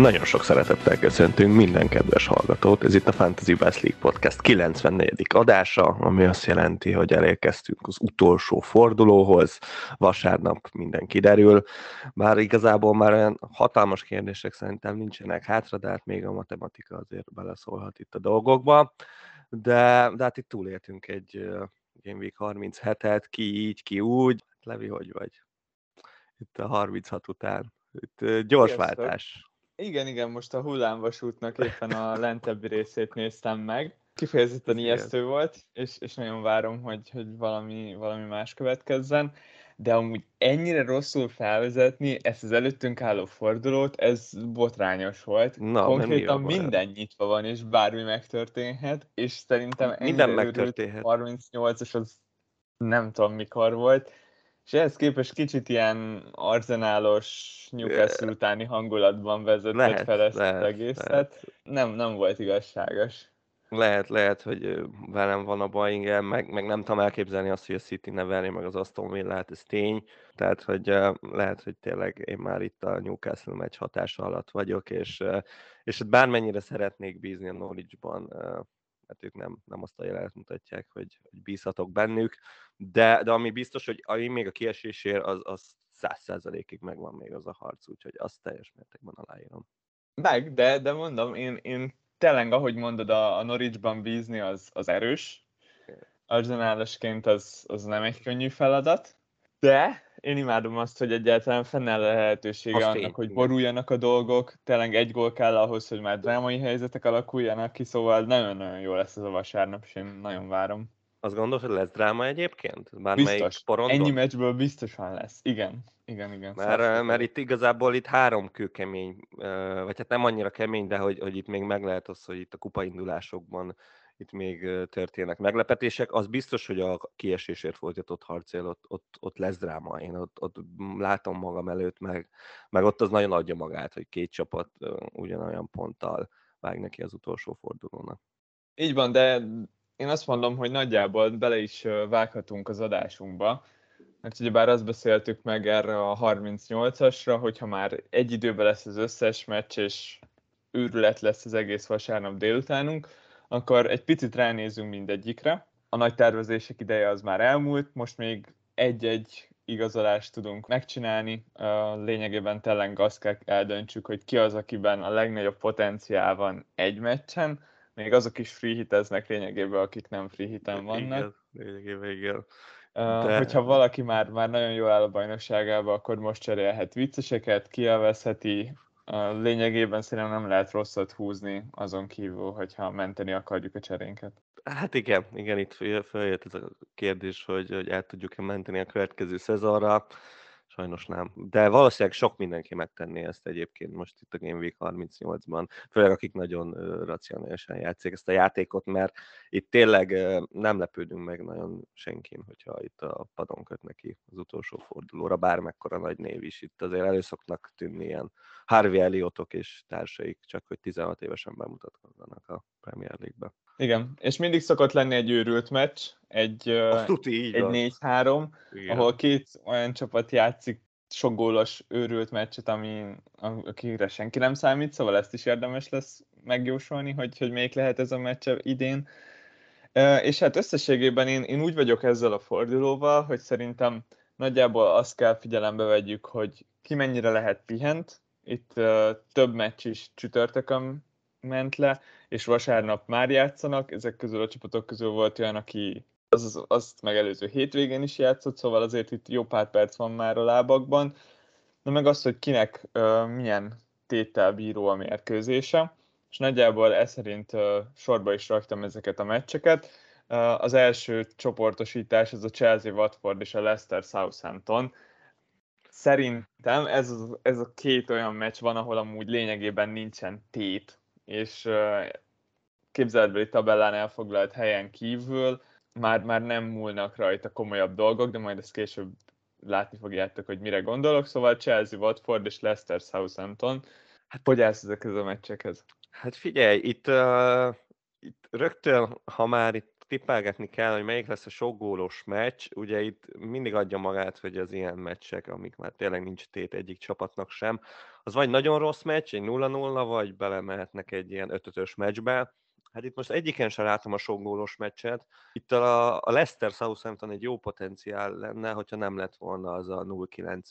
Nagyon sok szeretettel köszöntünk minden kedves hallgatót. Ez itt a Fantasy Bass League Podcast 94. adása, ami azt jelenti, hogy elérkeztünk az utolsó fordulóhoz. Vasárnap minden kiderül. Bár igazából már olyan hatalmas kérdések szerintem nincsenek hátra, de hát még a matematika azért beleszólhat itt a dolgokba. De hát itt túléltünk egy Game Week 37-et, ki így, ki úgy. Levi, hogy vagy? Itt a 36 után. Itt gyors váltás. Igen, most a hullámvasútnak éppen a lentebbi részét néztem meg. Kifejezetten ijesztő volt, és nagyon várom, hogy valami más következzen. De amúgy ennyire rosszul felvezetni ezt az előttünk álló fordulót, ez botrányos volt. Konkrétan minden nyitva van, és bármi megtörténhet, és szerintem minden ennyire megtörténhet. 38-as az nem tudom mikor volt. És ehhez képest kicsit ilyen arzenálos, Newcastle utáni hangulatban vezetett fel ezt az egészet. Nem volt igazságos. Lehet, hogy velem van a baj, igen, meg nem tudom elképzelni azt, hogy a City ne verni meg az Aston Villát, ez tény. Tehát, hogy lehet, hogy tényleg én már itt a Newcastle meccs hatása alatt vagyok, és bármennyire szeretnék bízni a Norwichban, mert ők nem azt a jelet mutatják, hogy bízhatok bennük, de ami biztos, hogy ami még a kiesésért, az 100%-ig megvan még az a harc, úgyhogy azt teljes mértékben aláírom. De mondom, én tényleg, ahogy mondod, a Norwichban bízni az erős. Arzenálosként az nem egy könnyű feladat, de én imádom azt, hogy egyáltalán fennáll a lehetősége annak, hogy boruljanak a dolgok. Tényleg egy gól kell ahhoz, hogy már drámai helyzetek alakuljanak ki, szóval nagyon-nagyon jó lesz ez a vasárnap, és én nagyon várom. Azt gondolod, hogy lesz dráma egyébként? Biztos. Ennyi meccsből biztosan lesz. Igen. Mert itt igazából három kőkemény, vagy hát nem annyira kemény, de hogy itt még meg lehet az, hogy itt a kupaindulásokban itt még történnek meglepetések. Az biztos, hogy a kiesésért folytatott harcél, ott lesz dráma. Én ott látom magam előtt, meg ott az nagyon adja magát, hogy két csapat ugyanolyan ponttal vág neki az utolsó fordulónak. Így van, de én azt mondom, hogy nagyjából bele is vághatunk az adásunkba, mert ugyebár azt beszéltük meg erre a 38-asra, hogyha már egy időben lesz az összes meccs, és őrület lesz az egész vasárnap délutánunk, akkor egy picit ránézünk mindegyikre. A nagy tervezések ideje az már elmúlt, most még egy-egy igazolást tudunk megcsinálni. Lényegében tényleg azt kell eldöntsük, hogy ki az, akiben a legnagyobb potenciál van egy meccsen, még azok is free hiteznek lényegében, akik nem free hiten vannak. Igen. Hogyha valaki már nagyon jól áll a bajnokságába, akkor most cserélhet vicceseket, kielvezheti. Lényegében szerintem nem lehet rosszat húzni azon kívül, hogyha menteni akarjuk a cserénket. Hát igen, itt följött ez a kérdés, hogy el tudjuk-e menteni a következő szezonra. Sajnos nem. De valószínűleg sok mindenki megtenné ezt egyébként most itt a Game Week 38-ban. Főleg akik nagyon racionálisan játszik ezt a játékot, mert itt tényleg nem lepődünk meg nagyon senkin, hogyha itt a padon köt neki az utolsó fordulóra, bármekkora nagy név is. Itt azért előszoknak tűnni ilyen Harvey Elliotok és társaik, csak hogy 16 évesen bemutatkozzanak a Premier League-be. Igen, és mindig szokott lenni egy őrült meccs, egy 4-3, ahol két olyan csapat játszik sok gólos őrült meccset, akire senki nem számít, szóval ezt is érdemes lesz megjósolni, hogy melyik lehet ez a meccs idén. És hát összességében én úgy vagyok ezzel a fordulóval, hogy szerintem nagyjából azt kell figyelembe vegyük, hogy ki mennyire lehet pihent. Itt több meccs is csütörtökön ment le, és vasárnap már játszanak. Ezek közül a csapatok közül volt olyan, aki azt megelőző hétvégén is játszott, szóval azért itt jó pár perc van már a lábakban. De meg az, hogy kinek milyen téttel bíró a mérkőzése, és nagyjából ez szerint sorba is raktam ezeket a meccseket. Az első csoportosítás az a Chelsea-Watford és a Leicester-Southampton. Szerintem ez a két olyan meccs van, ahol amúgy lényegében nincsen tét, és képzeletbeli tabellán elfoglalt helyen kívül már nem múlnak rajta komolyabb dolgok, de majd ezt később látni fogjátok, hogy mire gondolok. Szóval Chelsea, Watford és Leicester, Southampton. Hát hogy állsz ezekhez a meccsekhez? Hát figyelj, itt rögtön, ha már itt tippelgetni kell, hogy melyik lesz a sok gólos meccs. Ugye itt mindig adja magát, hogy az ilyen meccsek, amik már tényleg nincs tét egyik csapatnak sem, az vagy nagyon rossz meccs, egy 0-0, vagy belemehetnek egy ilyen 5-5-ös meccsbe. Hát itt most egyiken sem látom a sok gólos meccset. Itt a Leicester Southampton egy jó potenciál lenne, hogyha nem lett volna az a 0-9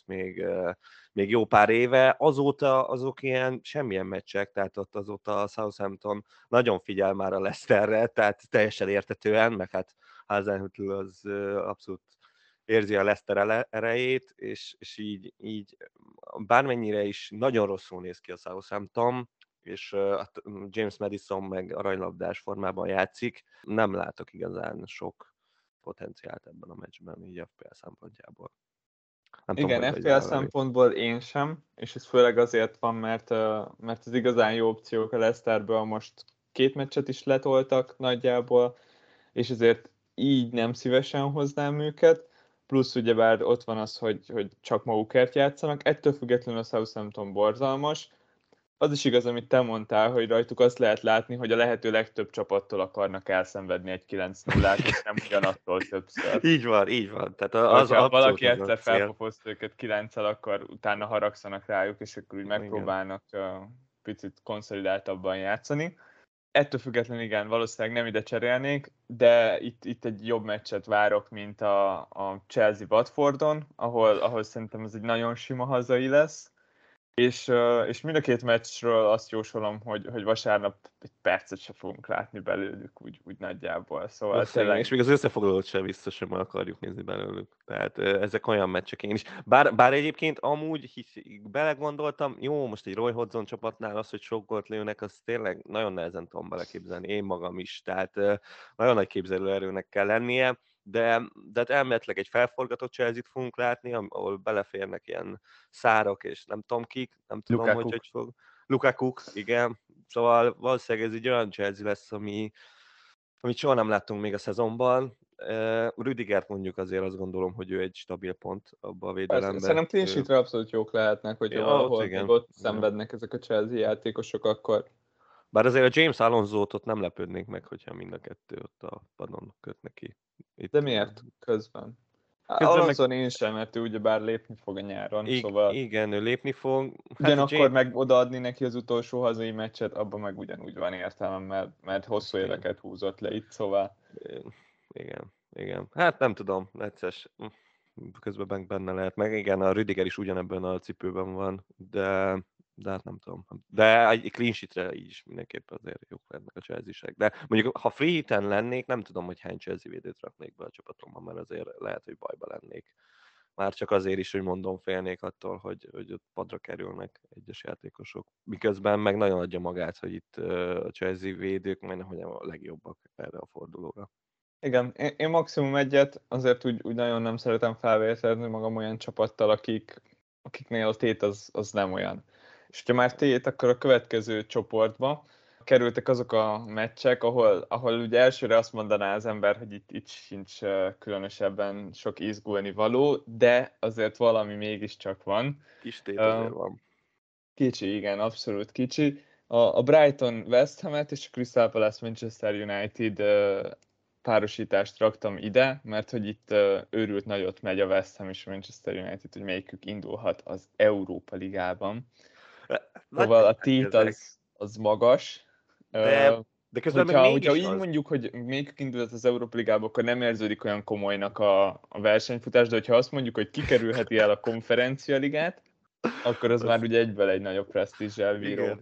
még jó pár éve. Azóta azok ilyen semmilyen meccsek, tehát ott azóta a Southampton nagyon figyel már a Leicesterre, tehát teljesen értetően, meg hát Hasenhüttl az abszolút érzi a Leicester erejét, és így bármennyire is nagyon rosszul néz ki a Southampton, és James Maddison meg aranylabdás formában játszik, nem látok igazán sok potenciált ebben a meccsben, így FPL szempontjából. Nem igen, tudom, FPL szempontból én sem, és ez főleg azért van, mert az igazán jó opciók a Leicesterből most 2 meccset is letoltak nagyjából, és ezért így nem szívesen hoznám őket, plusz ugyebár ott van az, hogy csak magukért játszanak, ettől függetlenül a Southampton borzalmas. Az is igaz, amit te mondtál, hogy rajtuk azt lehet látni, hogy a lehető legtöbb csapattól akarnak elszenvedni egy 9-0-át, és nem ugyanattól többször. Így van. Tehát ha valaki egyszer felpofozta őket 9-el, akkor utána haragszanak rájuk, és akkor úgy megpróbálnak picit konszolidáltabban játszani. Ettől függetlenül igen, valószínűleg nem ide cserélnék, de itt egy jobb meccset várok, mint a Chelsea-Watfordon, ahol szerintem ez egy nagyon sima hazai lesz. És mind a 2 meccsről azt jósolom, hogy vasárnap egy percet se fogunk látni belőlük, úgy nagyjából. Szóval tényleg... És még az összefoglalót sem biztos, sem akarjuk nézni belőlük. Tehát ezek olyan meccsek én is. Bár egyébként amúgy belegondoltam, jó, most egy Roy Hodgson csapatnál az, hogy sok gólt lőnek, az tényleg nagyon nehezen tudom beleképzelni, én magam is. Tehát nagyon nagy képzelőerőnek kell lennie, de elméletileg egy felforgatott Chelsea-t fogunk látni, ahol beleférnek ilyen szárok, és nem tudom kik, nem tudom, hogy fog. Lukaku, igen. Szóval valószínűleg ez egy olyan Chelsea lesz, amit soha nem láttunk még a szezonban. Rüdigert mondjuk azért azt gondolom, hogy ő egy stabil pont abba a védelemben. Szerintem clean sheetre abszolút jók lehetnek, hogyha valahol még ott szenvednek ezek a Chelsea játékosok, akkor... Bár azért a James Alonso-t ott nem lepődnék meg, hogyha mind a kettő ott a padon köt neki. De miért közben? Alonso meg... nincs sem, mert ő ugyebár lépni fog a nyáron, szóval... Igen, ő lépni fog. Ugyanakkor James... meg odaadni neki az utolsó hazai meccset, abban meg ugyanúgy van értelme, mert hosszú éveket húzott le itt, szóval... Igen. Hát nem tudom, necces. Közben benne lehet. Meg igen, a Rüdiger is ugyanebben a cipőben van, de hát nem tudom. De egy clean sheetre így is mindenképpen azért jók lennek a Chelsea-sek. De mondjuk, ha free hiten lennék, nem tudom, hogy hány Chelsea védőt raknék be a csapatomban, mert azért lehet, hogy bajba lennék. Már csak azért is, hogy mondom, félnék attól, hogy ott padra kerülnek egyes játékosok. Miközben meg nagyon adja magát, hogy itt a Chelsea védők majdnem, hogy a legjobbak erre a fordulóra. Igen, én maximum egyet, azért úgy nagyon nem szeretem felvételezni magam olyan csapattal, akiknél a tét az nem olyan. És ha már tét, akkor a következő csoportba kerültek azok a meccsek, ahol ugye elsőre azt mondaná az ember, hogy itt sincs különösebben sok izgulni való, de azért valami mégiscsak van. Kis tét azért van. Kicsi, igen, abszolút kicsi. A Brighton West Hamet és a Crystal Palace Manchester United párosítást raktam ide, mert hogy itt őrült nagyot megy a West Ham és a Manchester United, hogy melyikük indulhat az Európa Ligában. Szóval a tét az magas. De közben meg mégis hogyha így mondjuk, hogy melyikük indulhat az Európa Ligában, akkor nem érződik olyan komolynak a versenyfutás, de hogyha azt mondjuk, hogy kikerülheti el a Konferencia Ligát, akkor az már ugye egyből egy nagyobb presztízsel bíró.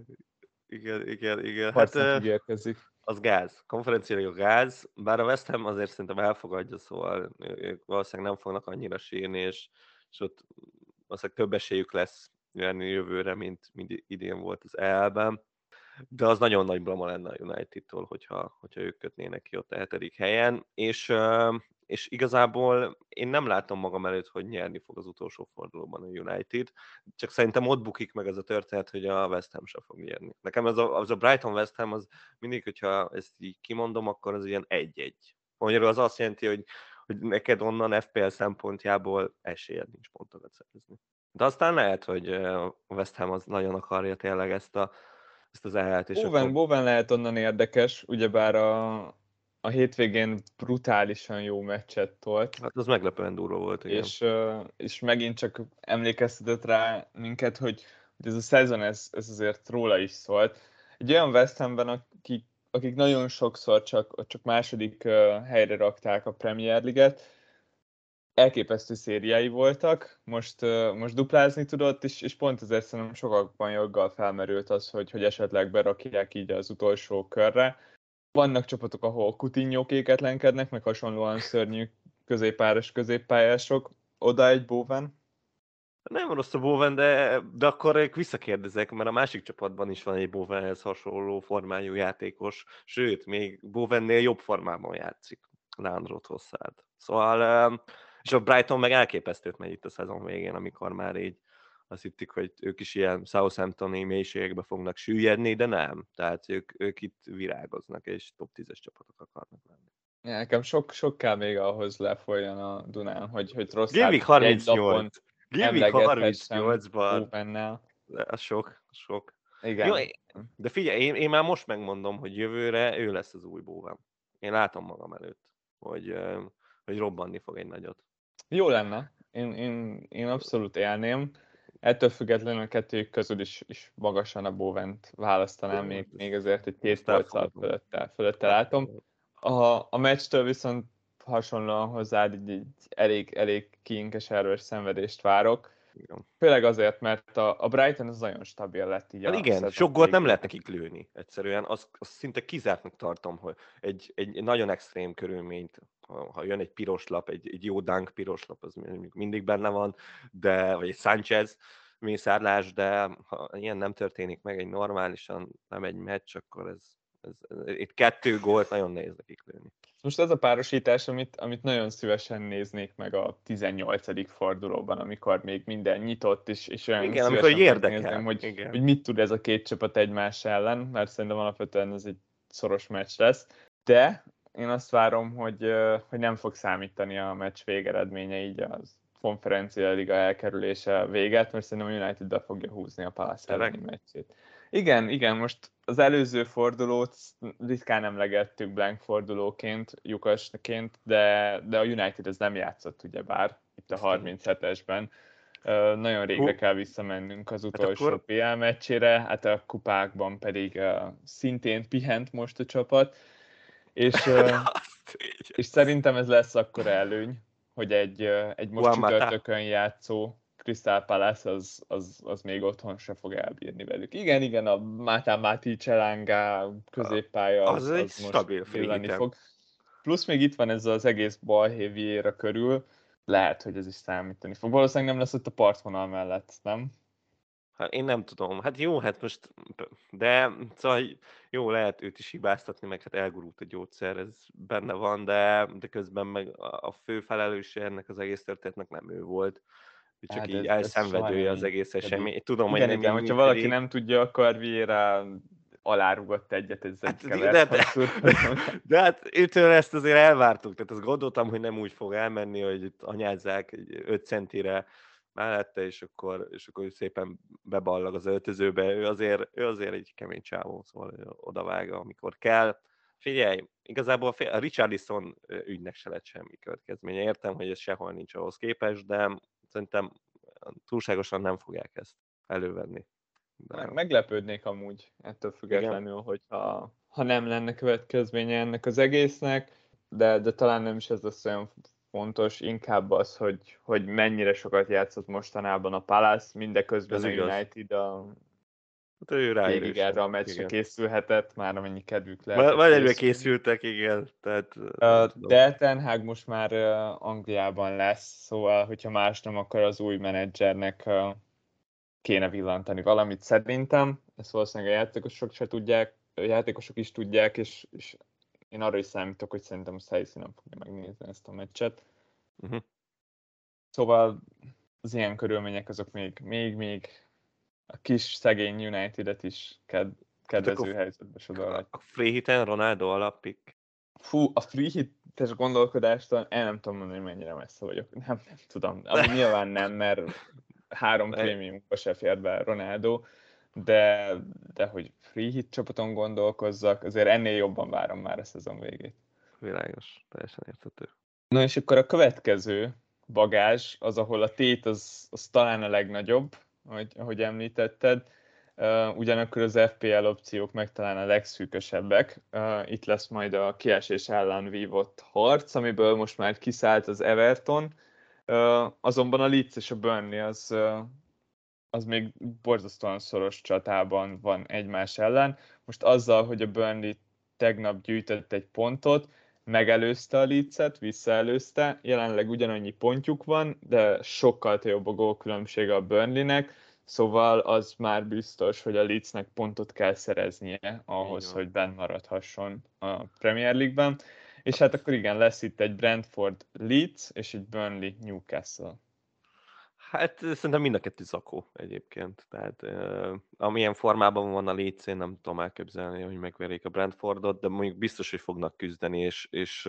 Igen. Hát érkezik. Az gáz. Konferenciára gáz, bár a West Ham azért szerintem elfogadja, szóval ők valószínűleg nem fognak annyira sírni, és ott valószínűleg több esélyük lesz jövőre, mint idén volt az EL-ben. De az nagyon nagy blama lenne a United-tól, hogyha ők kötnének ki ott a 7. helyen, és igazából én nem látom magam előtt, hogy nyerni fog az utolsó fordulóban a United, csak szerintem ott bukik meg az a történet, hogy a West Ham sem fog nyerni. Nekem az a Brighton West Ham, az mindig, hogyha ezt így kimondom, akkor az ilyen 1-1. Magyarul az azt jelenti, hogy neked onnan FPL szempontjából esélyed nincs pontokat szerezni. De aztán lehet, hogy a West Ham az nagyon akarja tényleg ezt az EL-t. Bowen lehet onnan érdekes, ugyebár a hétvégén brutálisan jó meccset tolt. Hát az meglepően durva volt, igen. És megint csak emlékeztetett rá minket, hogy ez a szezon, ez azért róla is szólt. Egy olyan West Hamben, akik nagyon sokszor csak második helyre rakták a Premier League-et, elképesztő szériái voltak, most duplázni tudott, és pont ezért szerintem sokakban joggal felmerült az, hogy esetleg berakják így az utolsó körre. Vannak csapatok, ahol Coutinho-kéket lenkednek, meg hasonlóan szörnyű középpályások. Oda egy Bowen. Nem rossz a Bowen, de akkor visszakérdezek, mert a másik csapatban is van egy Bowenhez hasonló formájú játékos, sőt, még Bowennél jobb formában játszik, Leandro Trossard. Szóval, és a Brighton meg elképesztőt megy itt a szezon végén, amikor már így azt hittik, hogy ők is ilyen Southamptoni mélységekbe fognak süllyedni, de nem. Tehát ők itt virágoznak, és top 10-es csapatok akarnak lenni. Nekem sok kell még ahhoz lefolyjon a Dunán, hogy Trossard 38. Gimmick 38-ban. Az sok. Igen. Jó, de figyelj, én már most megmondom, hogy jövőre ő lesz az új Bowen. Én látom magam előtt, hogy robbanni fog egy nagyot. Jó lenne. Én abszolút élném. Ettől függetlenül a kettőjük közül is magasan a Bowent választanám, még azért egy 2 polccal fölötte látom. A meccstől viszont hasonlóan hozzád egy elég kiinkes erős szenvedést várok. Igen. Főleg azért, mert a Brighton az nagyon stabil lett így. Hát igen, sok gólt nem lehet nekik lőni egyszerűen. Azt szinte kizártnak tartom, hogy egy nagyon extrém körülményt, ha jön egy piros lap, egy jó dunk piros lap, az mindig benne van, vagy egy Sanchez mészárlás, de ha ilyen nem történik meg, egy normálisan nem egy meccs, akkor itt 2 gólt nagyon nehéz nekik lőni. Most az a párosítás, amit nagyon szívesen néznék meg a 18. fordulóban, amikor még minden nyitott, és olyan igen, amikor érdekel, hogy mit tud ez a két csapat egymás ellen, mert szerintem alapvetően ez egy szoros meccs lesz. De én azt várom, hogy nem fog számítani a meccs végeredménye, így az konferencia liga elkerülése véget, mert szerintem a United be fogja húzni a Palace elleni meccsét. Igen, most az előző fordulót ritkán emlegettük blank fordulóként, lyukasként, de a United ez nem játszott ugyebár, itt a 37-esben. Nagyon régre kell visszamennünk az utolsó PL meccsére, hát a kupákban pedig szintén pihent most a csapat, és szerintem ez lesz akkora előny, hogy egy most csütörtökön játszó Crystal Palace az még otthon se fog elbírni velük. Igen, a Máté Cselánga középpálya az most stabil fog. Plusz még itt van ez az egész balhé Vieira körül, lehet, hogy ez is számítani fog. Valószínűleg nem lesz ott a partvonal mellett, nem? Hát én nem tudom. Hát jó, hát most, de szóval jó, lehet őt is hibáztatni, meg hát elgurult a gyógyszer, ez benne van, de közben meg a fő felelőse ennek az egész történetnek nem ő volt. Csak hát így elszenvedője az egész esemény. Tudom, igen, hogy nem hogyha valaki nem tudja, akkor Vieira alárugott egyet ezzel de hát őtől ezt azért elvártuk, tehát azt gondoltam, hogy nem úgy fog elmenni, hogy itt anyázzák 5 centire mellette, és akkor szépen beballag az öltözőbe. Ő azért egy kemény csávó, szóval odavág, amikor kell. Figyelj, igazából a Richarlison ügynek se lett semmi következménye. Értem, hogy ez sehol nincs ahhoz képest, de szerintem túlságosan nem fogják ezt elővenni. Meglepődnék amúgy ettől függetlenül, hogyha nem lenne következménye ennek az egésznek, de talán nem is ez lesz olyan fontos, inkább az, hogy mennyire sokat játszott mostanában a Palace, mindeközben a United végig erre a meccsre készülhetett, már amennyi kedvük lehetett. Vagy egyre készültek, igen. Tehát, de Ten Hag most már Angliában lesz, szóval, hogyha más nem, akkor az új menedzsernek kéne villantani valamit szerintem. Ezt valószínűleg a játékosok is tudják, és én arra is számítok, hogy szerintem a Saïszi nem fogja megnézni ezt a meccset. Uh-huh. Szóval az ilyen körülmények azok még a kis szegény United-et is kedvező helyzetbe sodorhatják. A free hiten Ronaldo alappik? Fú, a free hites gondolkodástól nem tudom mondani, hogy mennyire messze vagyok. Nem tudom. Ami nyilván nem, mert 3 prémiumba se fér be Ronaldo, de hogy free hit csapaton gondolkozzak, azért ennél jobban várom már a szezon végét. világos, teljesen érthető. Na és akkor a következő bagázs, az, ahol a tét az talán a legnagyobb, ahogy említetted, ugyanakkor az FPL opciók meg talán a legszűkösebbek. Itt lesz majd a kiesés ellen vívott harc, amiből most már kiszállt az Everton, azonban a Leeds és a Burnley az még borzasztóan szoros csatában van egymás ellen. Most azzal, hogy a Burnley tegnap gyűjtött egy pontot, megelőzte a Leedset, visszaelőzte, jelenleg ugyanannyi pontjuk van, de sokkal jobb a gólkülönbsége a Burnleynek, szóval az már biztos, hogy a Leedsnek pontot kell szereznie ahhoz, hogy benn maradhasson a Premier League-ben. És hát akkor igen, lesz itt egy Brentford Leeds és egy Burnley Newcastle. Hát szerintem mind a kettő zakó egyébként. Tehát amilyen formában van a Leeds, én nem tudom elképzelni, hogy megverik a Brentfordot, de mondjuk biztos, hogy fognak küzdeni, és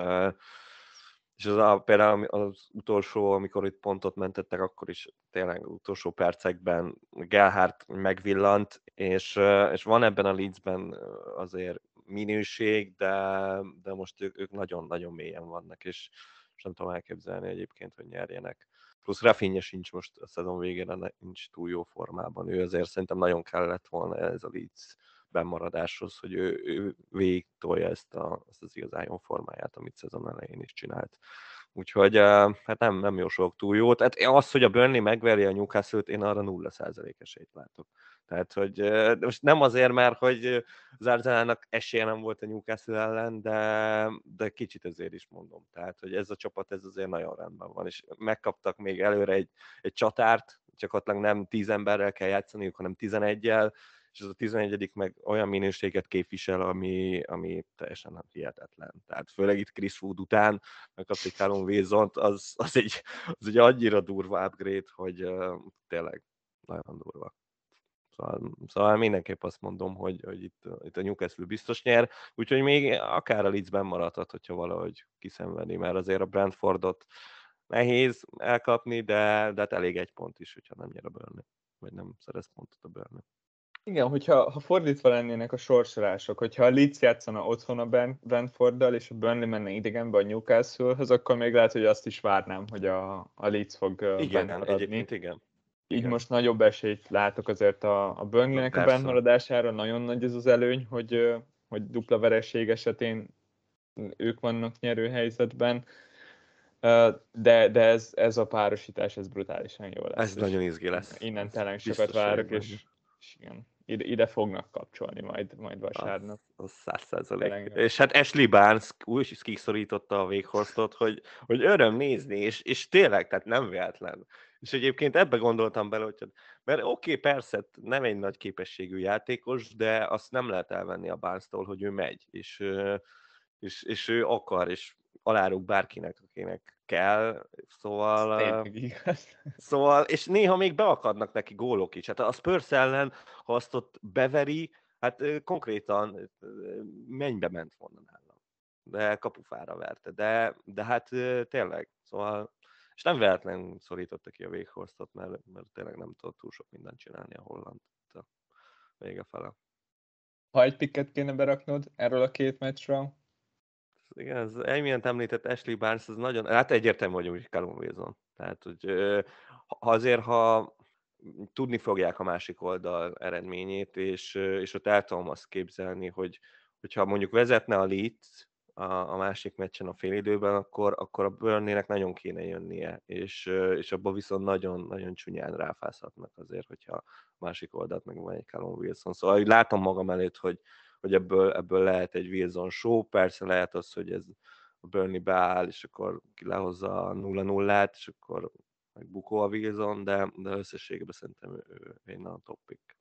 például az utolsó, amikor itt pontot mentettek, akkor is tényleg az utolsó percekben Gelhardt megvillant, és van ebben a Leedsben azért minőség, de most ők nagyon-nagyon mélyen vannak, és nem tudom elképzelni egyébként, hogy nyerjenek. Plusz Rafinha sincs most a szezon végére, nincs túl jó formában. Ő azért szerintem nagyon kellett volna ez a Leeds bennmaradáshoz, hogy ő végig tolja ezt az igazán jó formáját, amit szezon elején is csinált. Úgyhogy hát nem jósolok túl jót. Hát az, hogy a Burnley megveri a Newcastle-t, én arra 0% esélyt látok. Tehát, hogy most nem azért, mert hogy az Arsenának esélye nem volt a Newcastle ellen, de kicsit ezért is mondom. Tehát, hogy ez a csapat ez azért nagyon rendben van, és megkaptak még előre egy csatárt, gyakorlatilag nem 10 emberrel kell játszaniuk, hanem 11-jel, és az a 11. meg olyan minőséget képvisel, ami teljesen hihetetlen. Tehát főleg itt Chris Wood után, meg az, hogy Callum Wilson-t, az egy annyira durva upgrade, hogy tényleg nagyon durva. Szóval mindenképp azt mondom, hogy itt a Newcastle biztos nyer, úgyhogy még akár a Leedsben maradhat, hogyha valahogy kiszenvedi, mert azért a Brentfordot nehéz elkapni, de hát elég egy pont is, hogyha nem nyer a Burnley, vagy nem szerez pontot a Burnley. Igen, hogyha fordítva lennének a sorsolások, hogyha a Leeds játszana otthon a Brentforddal, és a Burnley menne idegenbe a Newcastle-höz, akkor még lehet, hogy azt is várnám, hogy a Leeds fog bent maradni. Egyébként igen. Így most nagyobb esélyt látok azért a Burnley-nek a bentmaradására. Nagyon nagy ez az előny, hogy dupla vereség esetén ők vannak nyerő helyzetben. De ez a párosítás, ez brutálisan jó lesz. Ez nagyon izgi lesz. Innen tényleg sokat várok, és igen, ide fognak kapcsolni majd vasárnap. Az 100%. És hát Ashley Barnes úgy is kiszorította a Weghorstot, hogy öröm nézni, és tényleg, tehát nem véletlen. És egyébként ebbe gondoltam bele, hogy mert oké, persze, nem egy nagy képességű játékos, de azt nem lehet elvenni a Barnes-tól, hogy ő megy, és ő akar, és aláruk bárkinek, akinek kell, szóval, és néha még beakadnak neki gólok is. Hát a Spurs ellen, ha azt ott beveri, hát konkrétan mennybe ment volna nálam. De kapufára verte. De hát tényleg, szóval, és nem véletlen szorította ki a Weghorstot, mert tényleg nem tudott túl sok mindent csinálni a holland a vége fele. Ha egy pikket kéne beraknod erről a két meccsről? Igen, az emiatt említett Ashley Barnes, az nagyon, hát egyértelmű, hogy Callum Wilson. Tehát, hogy ha tudni fogják a másik oldal eredményét, és ott el tudom azt képzelni, hogyha mondjuk vezetne a Leeds a másik meccsen a félidőben, akkor a Burnley-nek nagyon kéne jönnie, és abban viszont nagyon csúnyán ráfázhatnak azért, hogyha a másik oldalt meg van egy Callum Wilson. Szóval látom magam előtt, hogy ebből lehet egy Wilson show, persze lehet az, hogy ez a Burnley beáll, és akkor ki lehozza a 0-0-át, és akkor meg bukó a Wilson, de összességében szerintem ő egy nagyon top pick.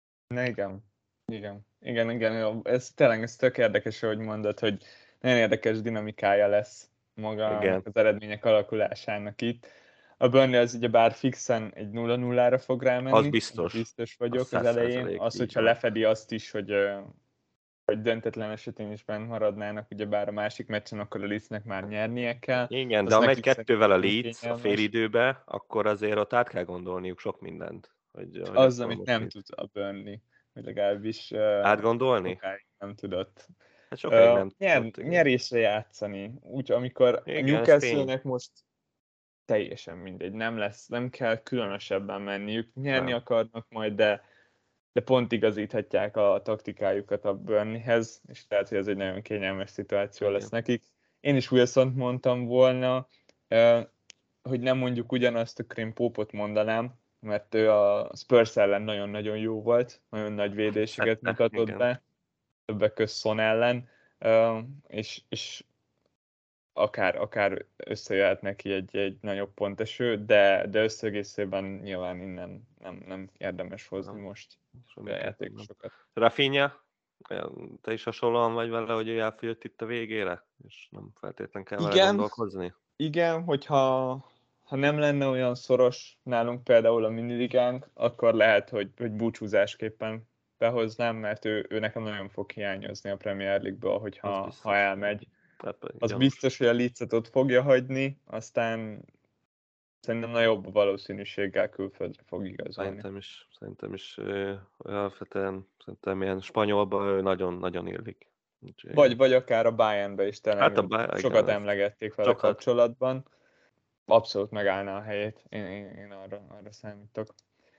Igen. Ez tényleg tök érdekes, hogy mondod, hogy nagyon érdekes dinamikája lesz maga az eredmények alakulásának itt. A Burnley az ugyebár fixen egy 0-0-ra fog rámenni. Az biztos vagyok az elején. Az, hogyha lefedi azt is, hogy döntetlen esetén is bent maradnának, ugyebár a másik meccsen, akkor a Leedsnek már nyernie kell. Igen, de ha megy 2-vel a Leeds a félidőbe, akkor azért ott át kell gondolniuk sok mindent. Hogy az, amit nem tud a Burnley, vagy legalábbis átgondolni? nem tudott. Hát sokáig nem tudott, nyerésre játszani. Úgy, amikor a Newcastle-nek most teljesen mindegy, nem kell különösebben menniük, nyerni akarnak majd, de pont igazíthatják a taktikájukat a Burnleyhez, és lehet, hogy ez egy nagyon kényelmes szituáció lesz nekik. Én is Wilsont mondtam volna, hogy nem mondjuk ugyanazt a Cream Pope-ot mondanám, mert ő a Spurs ellen nagyon-nagyon jó volt, nagyon nagy védéseket mutatott be, többek között Son ellen, és akár összejöhet neki egy nagyobb ponteső, de összegészében nyilván innen nem érdemes hozni most a játékosokat. Rafinha, te is hasonlóan vagy vele, hogy ő elfogyott itt a végére, és nem feltétlenül kell vele gondolkozni? Igen, hogyha nem lenne olyan szoros nálunk például a miniligánk, akkor lehet, hogy búcsúzásképpen behoznám, mert ő nekem nagyon fog hiányozni a Premier League-ből, ha elmegy. Az biztos, hogy a Leeds-et ott fogja hagyni, aztán szerintem nagyobb valószínűséggel külföldre fog igazolni. Szerintem is alapvetően szerintem ilyen spanyolban ő nagyon illik. Vagy akár a Bayernbe is, tényleg sokat emlegették vele kapcsolatban. Abszolút megállná a helyét, én arra számítok.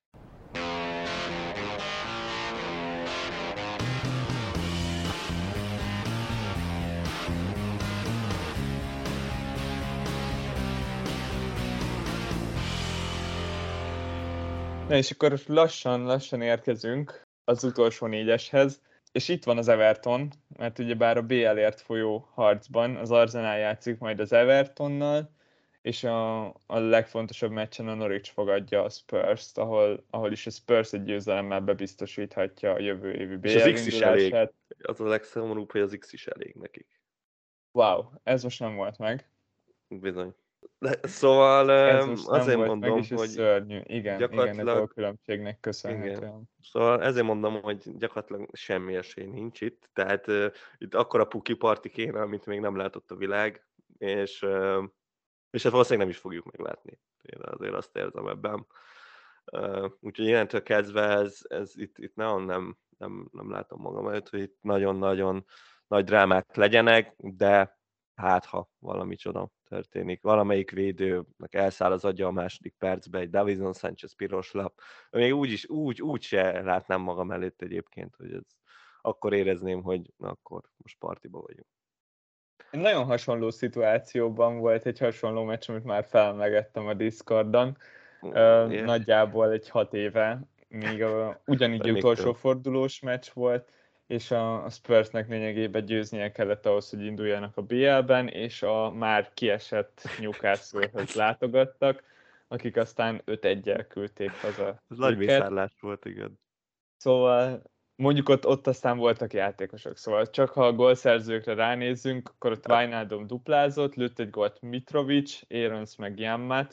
Na és akkor lassan érkezünk az utolsó négyeshez, és itt van az Everton, mert ugyebár a BL-ért folyó harcban az Arsenal játszik majd az Evertonnal, és a legfontosabb meccsen a Norwich fogadja a Spurs-t, ahol is a Spurs egy győzelemmel bebiztosíthatja a jövő évi BL indulását. Az a legszomorúbb, hogy az X is elég nekik. Wow, ez most nem volt meg. Bizony. Szóval azért mondom, meg, hogy szörnyű. Igen, ez a különbségnek köszönhetően. Igen. Szóval ezért mondom, hogy gyakorlatilag semmi esély nincs itt, tehát itt akkora puki parti kéne, amit még nem látott a világ, és hát valószínűleg nem is fogjuk meglátni. Én azért azt érzem ebben. Úgyhogy innentől kezdve ez itt nem látom magam előtt, hogy itt nagyon-nagyon nagy drámák legyenek, de hát ha valami csoda történik, valamelyik védőnek elszáll az agya a második percbe, egy Davinson Sanchez piros lap, még úgy se látnám magam előtt egyébként, hogy ez akkor érezném, hogy na akkor most partiba vagyunk. Nagyon hasonló szituációban volt egy hasonló meccs, amit már felemlegettem a Discordon, nagyjából egy 6 éve, még ugyanígy utolsó fordulós meccs volt, és a Spursnek lényegében győznie kellett ahhoz, hogy induljanak a BL-ben, és a már kiesett Newcastle-höz látogattak, akik aztán 5-1-jel küldték haza. Ez nagy mészárlás volt, igen. Szóval mondjuk ott aztán voltak játékosok, szóval csak ha a gólszerzőkre ránézzünk, akkor ott Wijnaldum duplázott, lőtt egy gólt Mitrovic, Aarons meg Jammat.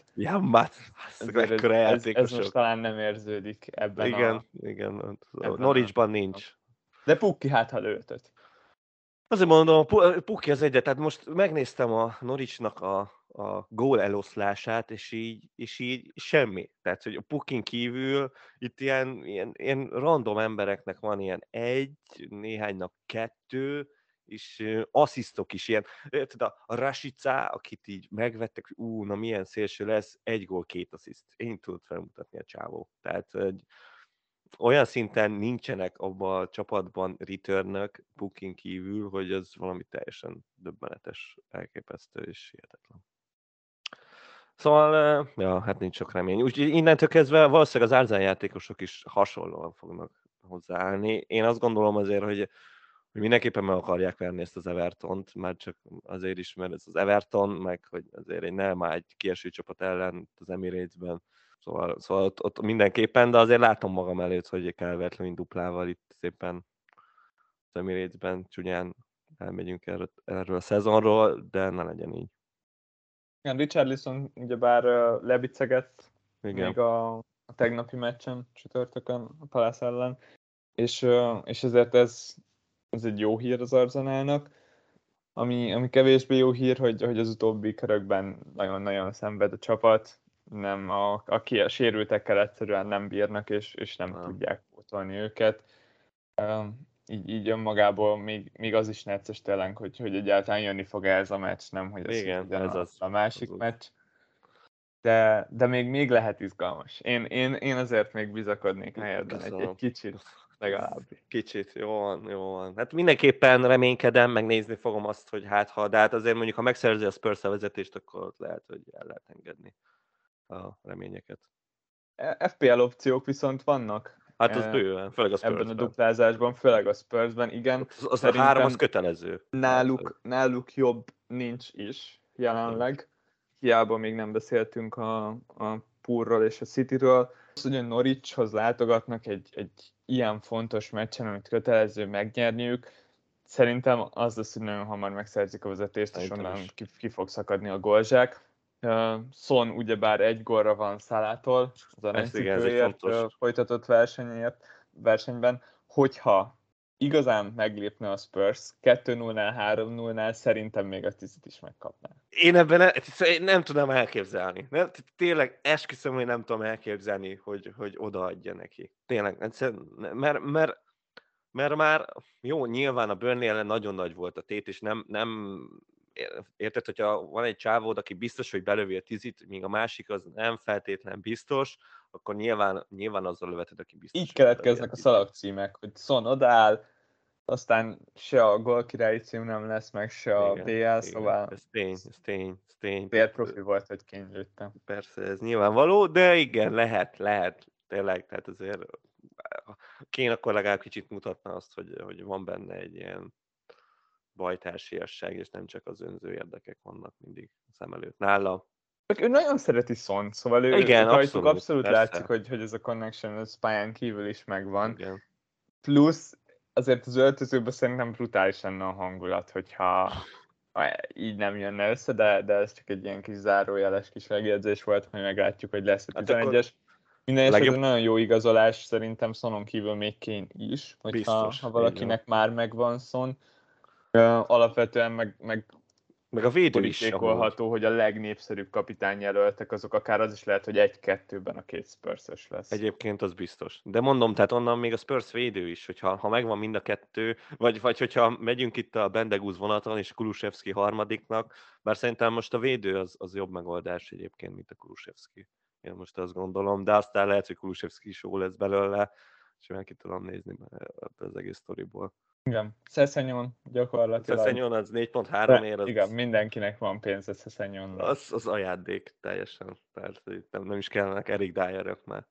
Ez most talán nem érződik ebben Igen. Norwichban nincs. De Pukki ha lőtött. Azért mondom, Pukki az egyet, tehát most megnéztem a Norwichnak a gól eloszlását, és így semmi. Tehát, hogy a Pukkin kívül itt ilyen random embereknek van ilyen 1, néhánynak 2, és asszisztok is ilyen. A Rashica, akit így megvettek, na milyen szélső lesz, 1 gól, 2 assziszt. Én tudod felmutatni a csávó. Tehát olyan szinten nincsenek abban a csapatban returnök Pukkin kívül, hogy ez valami teljesen döbbenetes, elképesztő és hihetetlen. Szóval, hát nincs sok remény. Úgyhogy innentől kezdve valószínűleg az Arsenal játékosok is hasonlóan fognak hozzáállni. Én azt gondolom azért, hogy mindenképpen meg akarják verni ezt az Evertont, már csak azért is, mert ez az Everton, meg hogy azért nem már egy kieső csapat ellen az Emirates-ben. Szóval ott mindenképpen, de azért látom magam előtt, hogy Calvert-Lewin duplával itt szépen az Emirates-ben csúnyán elmegyünk erről a szezonról, de ne legyen így. Igen, Richarlison ugyebár lebicegett még a tegnapi meccsen, csütörtökön a Palace ellen, és ezért ez egy jó hír az Arsenalnak. Ami kevésbé jó hír, hogy az utóbbi körökben nagyon-nagyon szenved a csapat, nem a sérültekkel egyszerűen nem bírnak, és nem tudják pótolni őket. így önmagából még az is necces tényleg, hogy egyáltalán jönni fog ez a meccs, nem hogy ez igen, ez az, a másik az. meccs. De még lehet izgalmas. Én azért még bizakodnék helyetben egy kicsit legalább. Kicsit, jó van. Hát mindenképpen reménykedem, megnézni fogom azt, hogy de hát azért mondjuk, ha megszerzi a Spurs a vezetést, akkor ott lehet, hogy el lehet engedni a reményeket. FPL opciók viszont vannak. Hát az bőven, főleg a Spursben. Ebben a duplázásban, főleg a Spursben, igen. Az a 3 az kötelező. Náluk jobb nincs is jelenleg. Hiába még nem beszéltünk a Poolról és a Cityről. Az, hogy a Norwichhoz látogatnak egy ilyen fontos meccsen, amit kötelező megnyerniük, szerintem az lesz, hogy nagyon hamar megszerzik a vezetést, és onnan ki fog szakadni a gólzsák. Son ugyebár 1 gólra van Salától, az aranycipőért folytatott versenyben, hogyha igazán meglépne a Spurs, 2-0-nál, 3-0-nál szerintem még a 10-et is megkapná. Én ebben nem tudom elképzelni. Tényleg esküszöm, hogy nem tudom elképzelni, hogy odaadja neki. Tényleg, mert már jó, nyilván a Burnley ellen nagyon nagy volt a tét, és nem érted, hogyha van egy csávód, aki biztos, hogy belövi a 10-it, míg a másik az nem feltétlen biztos, akkor nyilván azzal löveted, aki biztos. Így keletkeznek a szalagcímek, hogy Son odaáll, aztán se a gólkirályi cím nem lesz, meg se a BL, szóval... Ez tény. Bér profi volt, hogy kénylődtem. Persze, ez nyilvánvaló, de igen, lehet, tényleg, tehát azért Kane akkor legalább kicsit mutatna azt, hogy van benne egy ilyen bajtársiasság, és nem csak az önző érdekek vannak mindig szem előtt nála. Ő nagyon szereti Son, szóval igen, abszolút látszik, hogy ez a connection az pályán kívül is megvan. Igen. Plusz azért az öltözőben szerintem brutális lenne a hangulat, hogyha így nem jönne össze, de ez csak egy ilyen kis zárójeles kis megjegyzés volt, hogy meglátjuk, hogy lesz a 11-es. Minden esetben nagyon jó igazolás szerintem Sonon kívül még Kane is, hogyha valakinek már megvan Son. Alapvetően meg a védő is hogy a legnépszerűbb kapitányjelöltek, azok akár az is lehet, hogy 1-2-ben a 2 Spurs-ös lesz. Egyébként az biztos. De mondom, tehát onnan még a Spurs védő is, hogyha megvan mind a kettő, vagy hogyha megyünk itt a Bendegúz vonaton, és Kulusevski harmadiknak, bár szerintem most a védő az jobb megoldás egyébként, mint a Kulusevski. Én most azt gondolom, de aztán lehet, hogy Kulusevski is jó lesz belőle, és meg ki tudom nézni az egész sztoriból. Igen, Sessegnon gyakorlatilag. Sessegnon az 4.3 ér. Igen, mindenkinek van pénz a Sessegnonra. Az ajándék teljesen. Tehát nem is kellenek Eric Dyer-ök már.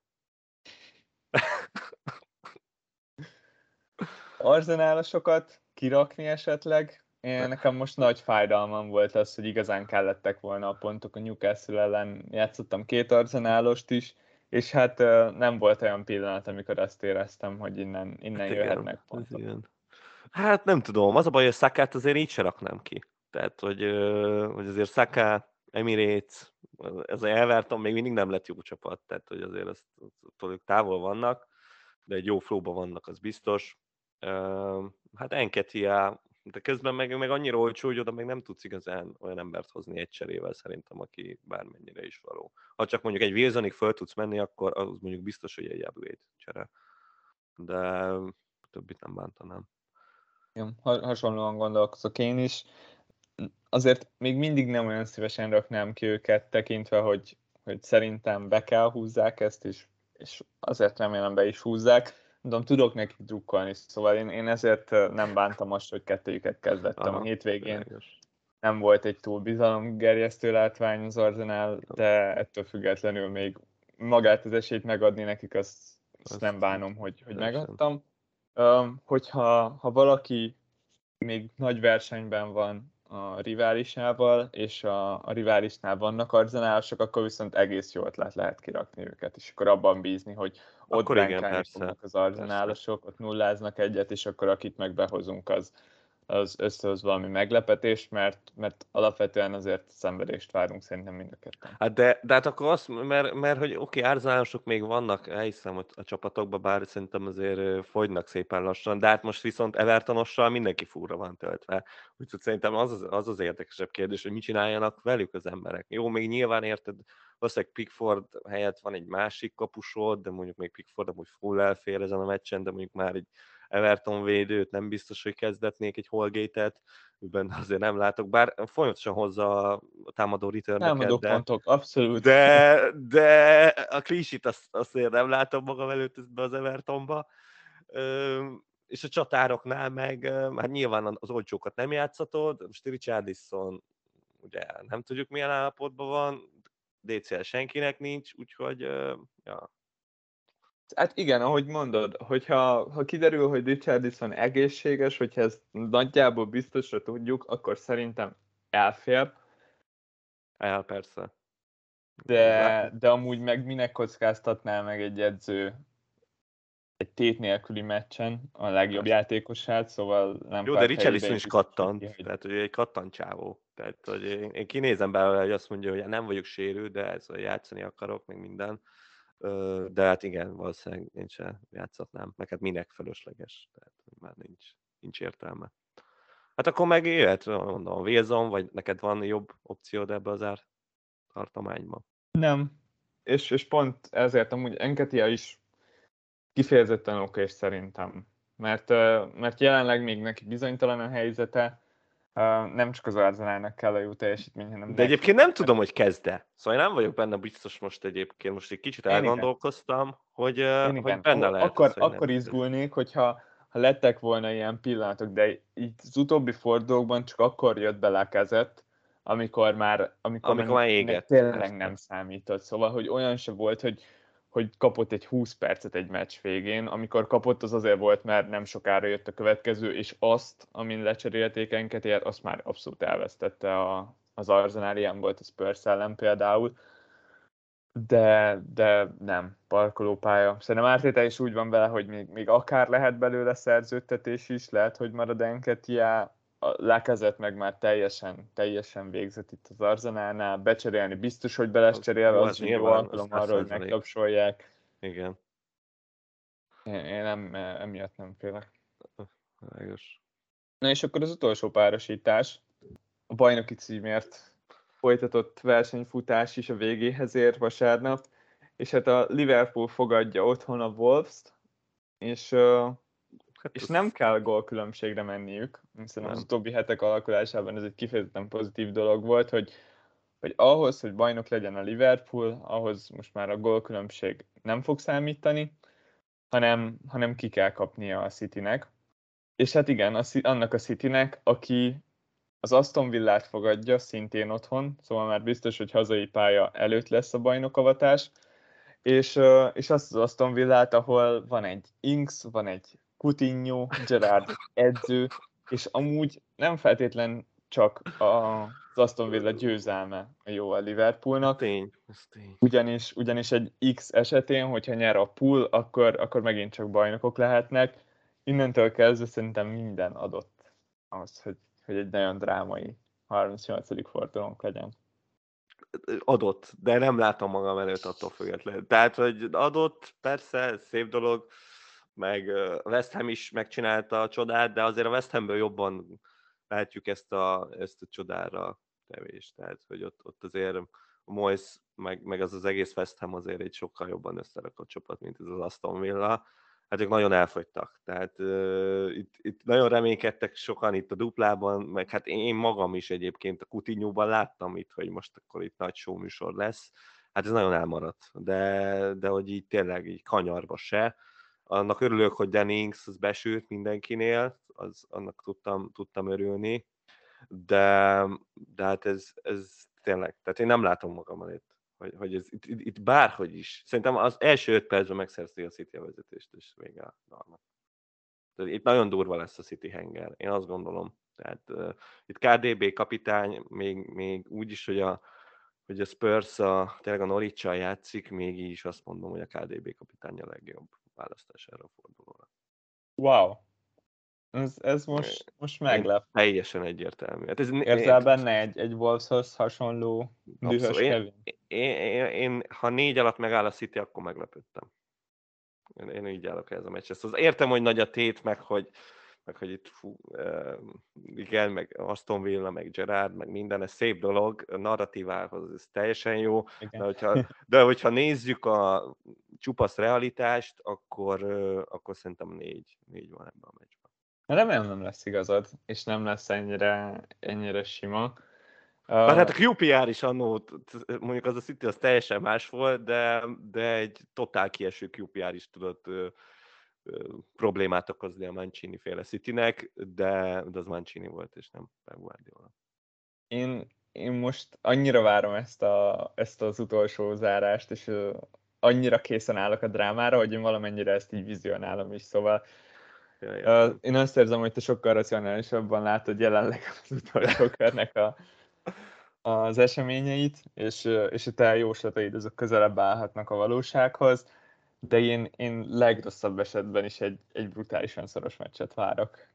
Arzenálosokat kirakni esetleg? Nekem most nagy fájdalmam volt az, hogy igazán kellettek volna a pontok. A Newcastle ellen játszottam 2 arzenálost is, és hát nem volt olyan pillanat, amikor azt éreztem, hogy innen jöhetnek pontok. Hát nem tudom, az a baj, hogy Sakát azért így se raknám ki. Tehát, hogy azért Saka, Emirates, ez a Everton még mindig nem lett jó csapat, tehát, hogy azért tőlük távol vannak, de egy jó flowban vannak, az biztos. Hát Enketia, de közben meg annyira olcsó, hogy oda meg nem tudsz igazán olyan embert hozni egy cserével szerintem, aki bármennyire is való. Ha csak mondjuk egy Wilsonig föl tudsz menni, akkor az mondjuk biztos, hogy egy upgrade csere. De többit nem bántanám. Igen, hasonlóan gondolkozok én is. Azért még mindig nem olyan szívesen raknám ki őket, tekintve, hogy szerintem be kell húzzák ezt, és azért remélem be is húzzák. Tudok nekik drukkolni, szóval én ezért nem bántam most, hogy kettőjüket kezdettem a hétvégén. Nem volt egy túl bizalomgerjesztő látvány az Arsenal, de ettől függetlenül még magát az esélyt megadni nekik, azt nem bánom, hogy megadtam. Hogyha valaki még nagy versenyben van a riválisával, és a riválisnál vannak arzenálosok, akkor viszont egész jó ötlet lehet kirakni őket, és akkor abban bízni, hogy ott bánkálni fognak az arzenálosok, ott nulláznak egyet, és akkor akit meg behozunk, az összehoz valami meglepetés, mert alapvetően azért szenvedést várunk szerintem mind a ketten. Hát de hát akkor azt, mert hogy oké, árzenálosok még vannak, elhiszem, hogy a csapatokban, bár szerintem azért fogynak szépen lassan, de hát most viszont Evertonossal mindenki fúra van töltve. Úgyhogy szerintem az érdekesebb kérdés, hogy mit csináljanak velük az emberek. Jó, még nyilván érted, valószínűleg Pickford helyett van egy másik kapusod, de mondjuk még Pickford amúgy full elfér ezen a meccsen, de mondjuk már egy Everton védőt, nem biztos, hogy kezdetnék egy Holgate-et, benne azért nem látok, bár folyamatosan hozza a támadó returneket, pontok, abszolút. De a clean-sheet azért nem látom magam előtt be az Evertonba. És a csatároknál meg, hát nyilván az olcsókat nem játszatod, most Richarlison ugye nem tudjuk milyen állapotban van, DCL senkinek nincs, úgyhogy ja. Hát igen, ahogy mondod, hogyha kiderül, hogy Richarlison egészséges, hogyha ezt nagyjából biztosra tudjuk, akkor szerintem elfér. Persze. De amúgy meg minek kockáztatnál meg egy edző egy tét nélküli meccsen a legjobb játékosát, szóval nem. Jó, de Richarlison is kattant, tehát hogy egy kattant csávó. Tehát, hogy én kinézem belőle, hogy azt mondja, hogy nem vagyok sérült, de ez, hogy játszani akarok, meg minden. De hát igen, valószínűleg én sem játszhatnám, meg hát minek fölösleges, tehát már nincs értelme. Hát akkor meg jöhet, mondom, a Wilson, vagy neked van jobb opciód ebbe az ártartományba? Nem. És pont ezért amúgy Enketia is kifejezetten okés szerintem. Mert jelenleg még neki bizonytalan a helyzete, nem csak az Arsenalnak kell a jó teljesítmény, hanem de egyébként nem tudom, hogy kezd-e. Szóval én nem vagyok benne biztos most egyébként. Most egy kicsit elgondolkoztam, hogy benne lehet. Akkor izgulnék, hogyha lettek volna ilyen pillanatok, de így az utóbbi fordulókban csak akkor jött be amikor már égett. Tényleg nem számított. Szóval, hogy olyan se volt, hogy kapott egy 20 percet egy meccs végén. Amikor kapott, az azért volt, mert nem sokára jött a következő, és azt, amin lecserélték Enketiát, azt már abszolút elvesztette az Arsenal, ilyen volt a Spurs ellen például. De nem, parkolópálya. Szerintem Arteta is úgy van vele, hogy még akár lehet belőle szerződtetés is, lehet, hogy marad Enketia, Lacazette meg már teljesen végzett itt az Arsenalnál, becserélni biztos, hogy be lesz cserélve, az is jó alkalom arra, hogy megtapsolják. Igen. Én emiatt nem félek. Lágos. Na és akkor az utolsó párosítás, a bajnoki címért folytatott versenyfutás is a végéhez ér vasárnap, és hát a Liverpool fogadja otthon a Wolves-t, és nem kell gólkülönbségre menniük, hiszen az utóbbi hetek alakulásában ez egy kifejezetten pozitív dolog volt, hogy ahhoz, hogy bajnok legyen a Liverpool, ahhoz most már a gólkülönbség nem fog számítani, hanem ki kell kapnia a Citynek. És hát igen, annak a Citynek, aki az Aston Villát fogadja, szintén otthon, szóval már biztos, hogy hazai pálya előtt lesz a bajnokavatás, és azt az Aston Villát, ahol van egy Ings, van egy Coutinho, Gerrard edző, és amúgy nem feltétlen csak az Aston Villa győzelme a jó a Liverpoolnak. Ez tény. Ugyanis egy X esetén, hogyha nyer a pool, akkor megint csak bajnokok lehetnek. Innentől kezdve szerintem minden adott ahhoz, hogy egy nagyon drámai 38. fordulónk legyen. Adott, de nem látom magam előtt attól függetlenül. Tehát, hogy adott, persze, szép dolog, meg West Ham is megcsinálta a csodát, de azért a West Hamből jobban látjuk ezt a csodára tevést. Tehát, hogy ott azért a Moyes, meg az egész West Ham azért egy sokkal jobban összerakott csapat, mint ez az Aston Villa. Hát ők nagyon elfogytak. Tehát itt nagyon reménykedtek sokan itt a duplában, meg hát én magam is egyébként a Coutinho-ban láttam itt, hogy most akkor itt nagy show műsor lesz. Hát ez nagyon elmaradt, de hogy így tényleg így kanyarba se. Annak örülök, hogy Dennings az besült mindenkinél, annak tudtam örülni, de hát ez tényleg, tehát én nem látom magam előtt, hogy ez itt bárhogy is. Szerintem az első 5 percben megszerzi a City a vezetést, és vége a dalnak. Itt nagyon durva lesz a City henger, én azt gondolom. Tehát itt KDB kapitány, még úgy is, hogy a Spurs tényleg a Norwich-sal játszik, még így is azt mondom, hogy a KDB kapitány a legjobb választás erre a fordulóra. Wow! Ez most meglep. Teljesen egyértelmű. Hát Érzel benne egy Wolveshoz hasonló dühös Kevin? Én, ha 4 alatt megáll a City, akkor meglepődtem. Én így állok ez a meccshez. Szóval értem, hogy nagy a tét, meg hogy itt igen, meg Aston Villa, meg Gerrard, meg minden, ez szép dolog, a narratívához ez teljesen jó, de hogyha nézzük csupasz realitást, akkor szerintem 4 van ebben a meccsben. Remélem nem lesz igazad, és nem lesz ennyire sima. Bár hát a QPR is annó, mondjuk az a City az teljesen más volt, de egy totál kieső QPR is tudott problémát okozni a Mancini féle Citynek, de az Mancini volt, és nem Pep Guardiola. Én most annyira várom ezt az utolsó zárást, és annyira készen állok a drámára, hogy én valamennyire ezt így vizionálom is, szóval én azt érzem, hogy te sokkal racionálisabban látod jelenleg az utolsó körnek az eseményeit, és a te jóslataid azok közelebb állhatnak a valósághoz, de én legrosszabb esetben is egy brutálisan szoros meccset várok.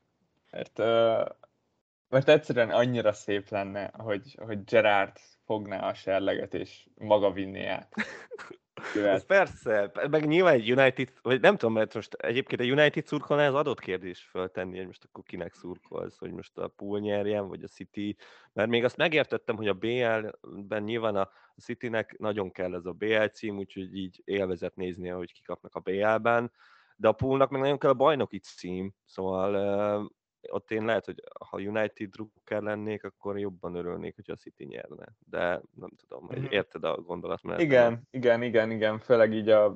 Mert egyszerűen annyira szép lenne, hogy Gerrard fogná a serleget és maga vinné át. Ez persze, meg nyilván egy United, vagy nem tudom, mert most egyébként a United szurkolná, ez adott kérdés föltenni, hogy most akkor kinek szurkolsz, hogy most a Pool nyerjen, vagy a City, mert még azt megértettem, hogy a BL-ben nyilván a Citynek nagyon kell ez a BL cím, úgyhogy így élvezet néznie, hogy kikapnak a BL-ben, de a Poolnak meg nagyon kell a bajnoki cím, szóval ott én lehet, hogy ha United drukker lennék, akkor jobban örülnék, hogy a City nyerne. De nem tudom, érted a gondolatmenetet? Igen, főleg így a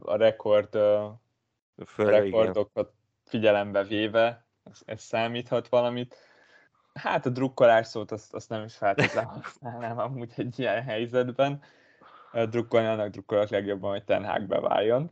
rekordokat figyelembe véve, ez számíthat valamit. Hát a drukkolás szót azt nem is feltétlenül használnám amúgy egy ilyen helyzetben. Drukkolni annak drukkolok legjobban, hogy Ten Hag beváljon.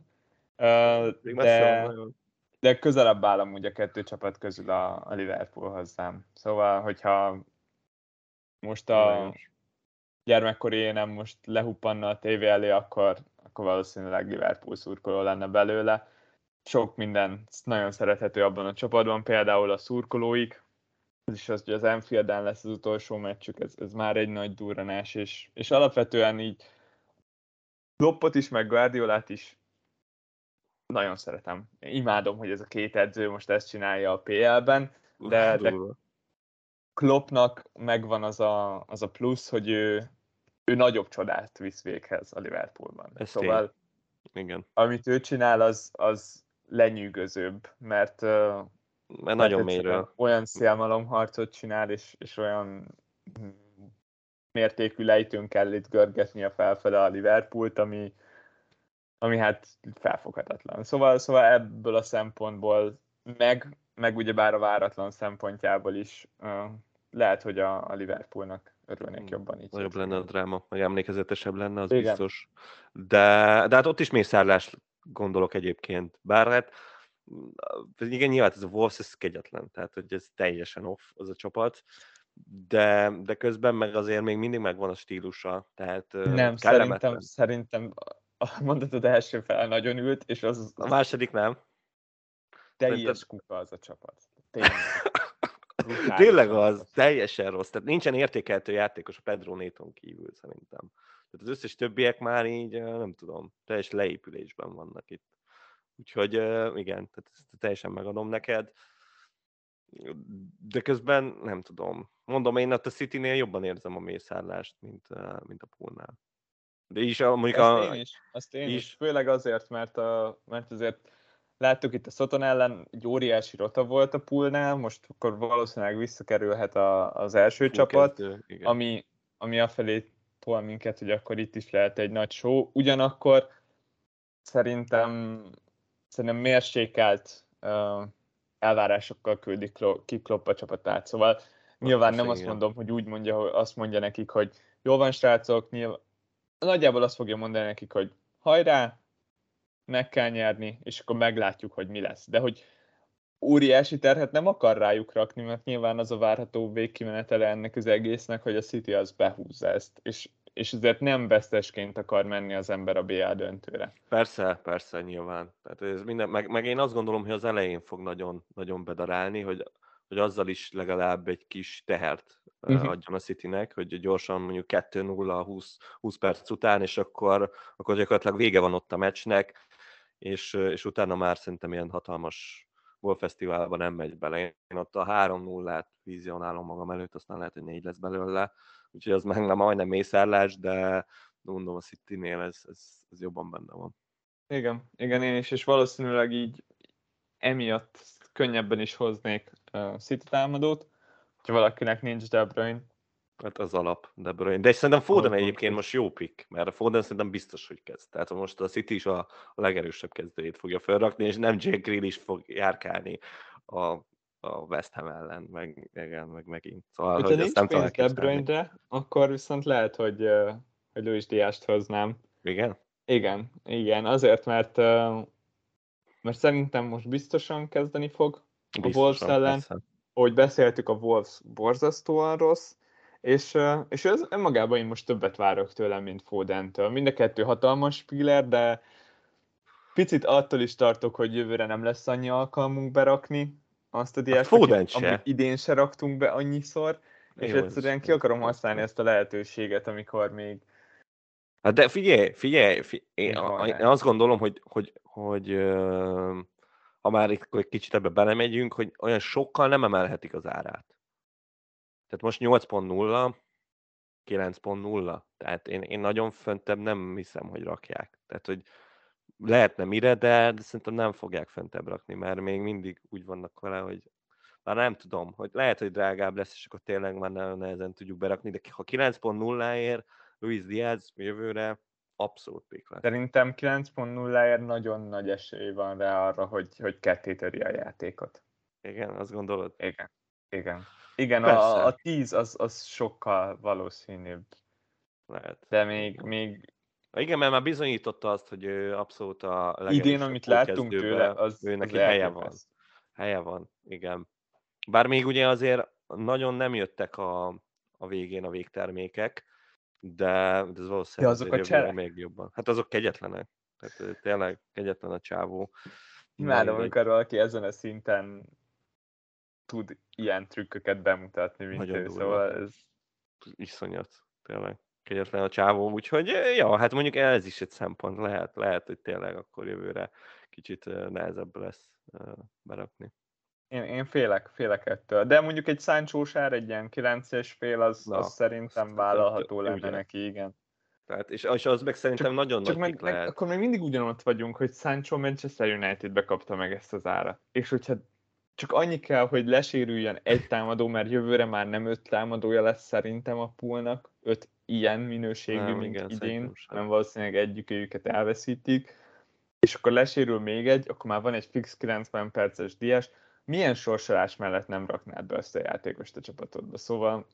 De közelebb áll amúgy a kettő csapat közül a Liverpool hozzám. Szóval, hogyha most a gyermekkori énem most lehuppanna a tévé elé, akkor valószínűleg Liverpool szurkoló lenne belőle. Sok minden nagyon szerethető abban a csapatban, például a szurkolóik, ez is az, hogy az Anfielden lesz az utolsó meccsük, ez már egy nagy durranás, és alapvetően így Kloppot is, meg Guardiolát is nagyon szeretem. Imádom, hogy ez a két edző most ezt csinálja a PL-ben, de Kloppnak megvan az a plusz, hogy ő nagyobb csodát visz véghez a Liverpoolban. Szóval igen. Amit ő csinál, az lenyűgözőbb, mert nagyon mélyről. Olyan szélmalomharcot csinál, és olyan mértékű lejtőn kell itt görgetni a felfele a Liverpoolt, ami hát felfoghatatlan. Szóval ebből a szempontból, meg ugyebár a váratlan szempontjából is lehet, hogy a Liverpoolnak örülnék jobban így. Nagyobb lenne a dráma, meg emlékezetesebb lenne, az igen. Biztos. De hát ott is mészárlás gondolok egyébként. Bár hát igen, nyilván ez a Wolves, ez kegyetlen, tehát hogy ez teljesen off az a csapat, de közben meg azért még mindig megvan a stílusa, tehát nem, szerintem a mondatod első fele nagyon ült, és az... A második nem. Teljes kuka az a csapat. Tényleg az, teljesen rossz. Tehát nincsen értékeltő játékos a Pedro Neton kívül szerintem. Tehát az összes többiek már így, nem tudom, teljes leépülésben vannak itt. Úgyhogy igen, tehát ezt teljesen megadom neked. De közben nem tudom. Mondom, én ott a Citynél jobban érzem a mészárlást, mint a Poolnál. De is mondjuk Azt én is. Főleg azért, mert azért láttuk itt a Soton ellen, egy óriási rota volt a Poolnál, most akkor valószínűleg visszakerülhet az első csapat, ami afelé tol minket, hogy akkor itt is lehet egy nagy show. Ugyanakkor szerintem mérsékelt elvárásokkal küldik ki Klopp a csapatát. Szóval nyilván nem azt mondom, hogy úgy mondja, hogy azt mondja nekik, hogy jól van srácok, nagyjából azt fogja mondani nekik, hogy hajrá, meg kell nyerni, és akkor meglátjuk, hogy mi lesz. De hogy óriási terhet nem akar rájuk rakni, mert nyilván az a várható végkimenetele ennek az egésznek, hogy a City az behúzza ezt, és ezért nem vesztesként akar menni az ember a BL döntőre. Persze, nyilván. Tehát ez minden, meg én azt gondolom, hogy az elején fog nagyon, nagyon bedarálni, hogy azzal is legalább egy kis tehert adjon a Citynek, hogy gyorsan mondjuk 2-0 20 perc után, és akkor gyakorlatilag vége van ott a meccsnek, és utána már szerintem ilyen hatalmas gólfesztiválban nem megy bele. Én ott a 3-0-át vizionálom magam előtt, aztán lehet, hogy 4 lesz belőle, úgyhogy az meg majdnem mészárlás, de mondom, a Citynél ez jobban benne van. Igen, én is, és valószínűleg így emiatt könnyebben is hoznék City támadót, ha valakinek nincs De Bruyne. Hát az alap, De Bruyne. De szerintem Foden egyébként most jó pick, mert a Foden szerintem biztos, hogy kezd. Tehát most a City is a legerősebb kezdőjét fogja felrakni, és nem Jack Grealish fog járkálni a West Ham ellen, meg megint. Szóval, Hogyha hogy ezt nincs nem tudom pénz De elképzelni. Bruyne-re, akkor viszont lehet, hogy Luis Diaz-t hoznám. Igen? Igen, azért, mert szerintem most biztosan kezdeni fog a Wolves Biztosan, ellen. persze. Ahogy beszéltük, a Wolves borzasztóan rossz, és ez önmagában én most többet várok tőle, mint Fodentől. Mind a kettő hatalmas spieler, de picit attól is tartok, hogy jövőre nem lesz annyi alkalmunk berakni azt a A Diást, Foden amit se. idén se raktunk be annyiszor, és Jó, egyszerűen ki akarom használni ezt a lehetőséget, amikor még Hát de figyelj, én, van én rá. azt gondolom, hogy ha már itt egy kicsit ebbe belemegyünk, hogy olyan sokkal nem emelhetik az árát. Tehát most 8.0, 9.0, tehát én nagyon föntebb nem hiszem, hogy rakják. Tehát, hogy lehetne mire, de szerintem nem fogják föntebb rakni, mert még mindig úgy vannak vele, hogy már nem tudom, hogy lehet, hogy drágább lesz, és akkor tényleg már nagyon nehezen tudjuk berakni, de ha 9.0-ért Luis Diaz jövőre abszolút pick lesz. Szerintem 9.0-ért nagyon nagy esély van rá arra, hogy ketté töri a játékot. Igen, azt gondolod? Igen, Persze. a 10 az sokkal valószínűbb. Lehet. De még Igen, mert már bizonyította azt, hogy ő abszolút a idén, legerősebb amit láttunk tőle, gólkezdőben, ő az neki helye van. elképesztő. Helye van, igen. Bár még ugye azért nagyon nem jöttek a végén a végtermékek, de ez valószínűleg Azok azért a jövőre cselek. még jobban. Hát azok kegyetlenek. Tehát tényleg kegyetlen a csávó. Na Imádom, mindegy, amikor valaki ezen a szinten tud ilyen trükköket bemutatni, mint nagyon ő. durva. Szóval ez Iszonyat. Tényleg kegyetlen a csávó, úgyhogy ja, hát mondjuk ez is egy szempont. Lehet, hogy tényleg akkor jövőre kicsit nehezebb lesz berakni. én félek ettől. De mondjuk egy Sancho-s ár, egy ilyen 9,5, az Na, szerintem vállalható lenne ugye. neki, igen. Tehát, és az meg szerintem nagyon Csak nagy pick lehet. akkor még mindig ugyanott vagyunk, hogy Sancho Manchester United-be kapta meg ezt az árat. És hogyha csak annyi kell, hogy lesérüljön egy támadó, mert jövőre már nem 5 támadója lesz szerintem a poolnak, 5 ilyen minőségű, Nem, mint igen, idén, szerintem sem. hanem valószínűleg egyikőjüket elveszítik, és akkor lesérül még egy, akkor már van egy fix 90 perces diás. Milyen sorsolás mellett nem raknád be azt a játékost a csapatodba? Szóval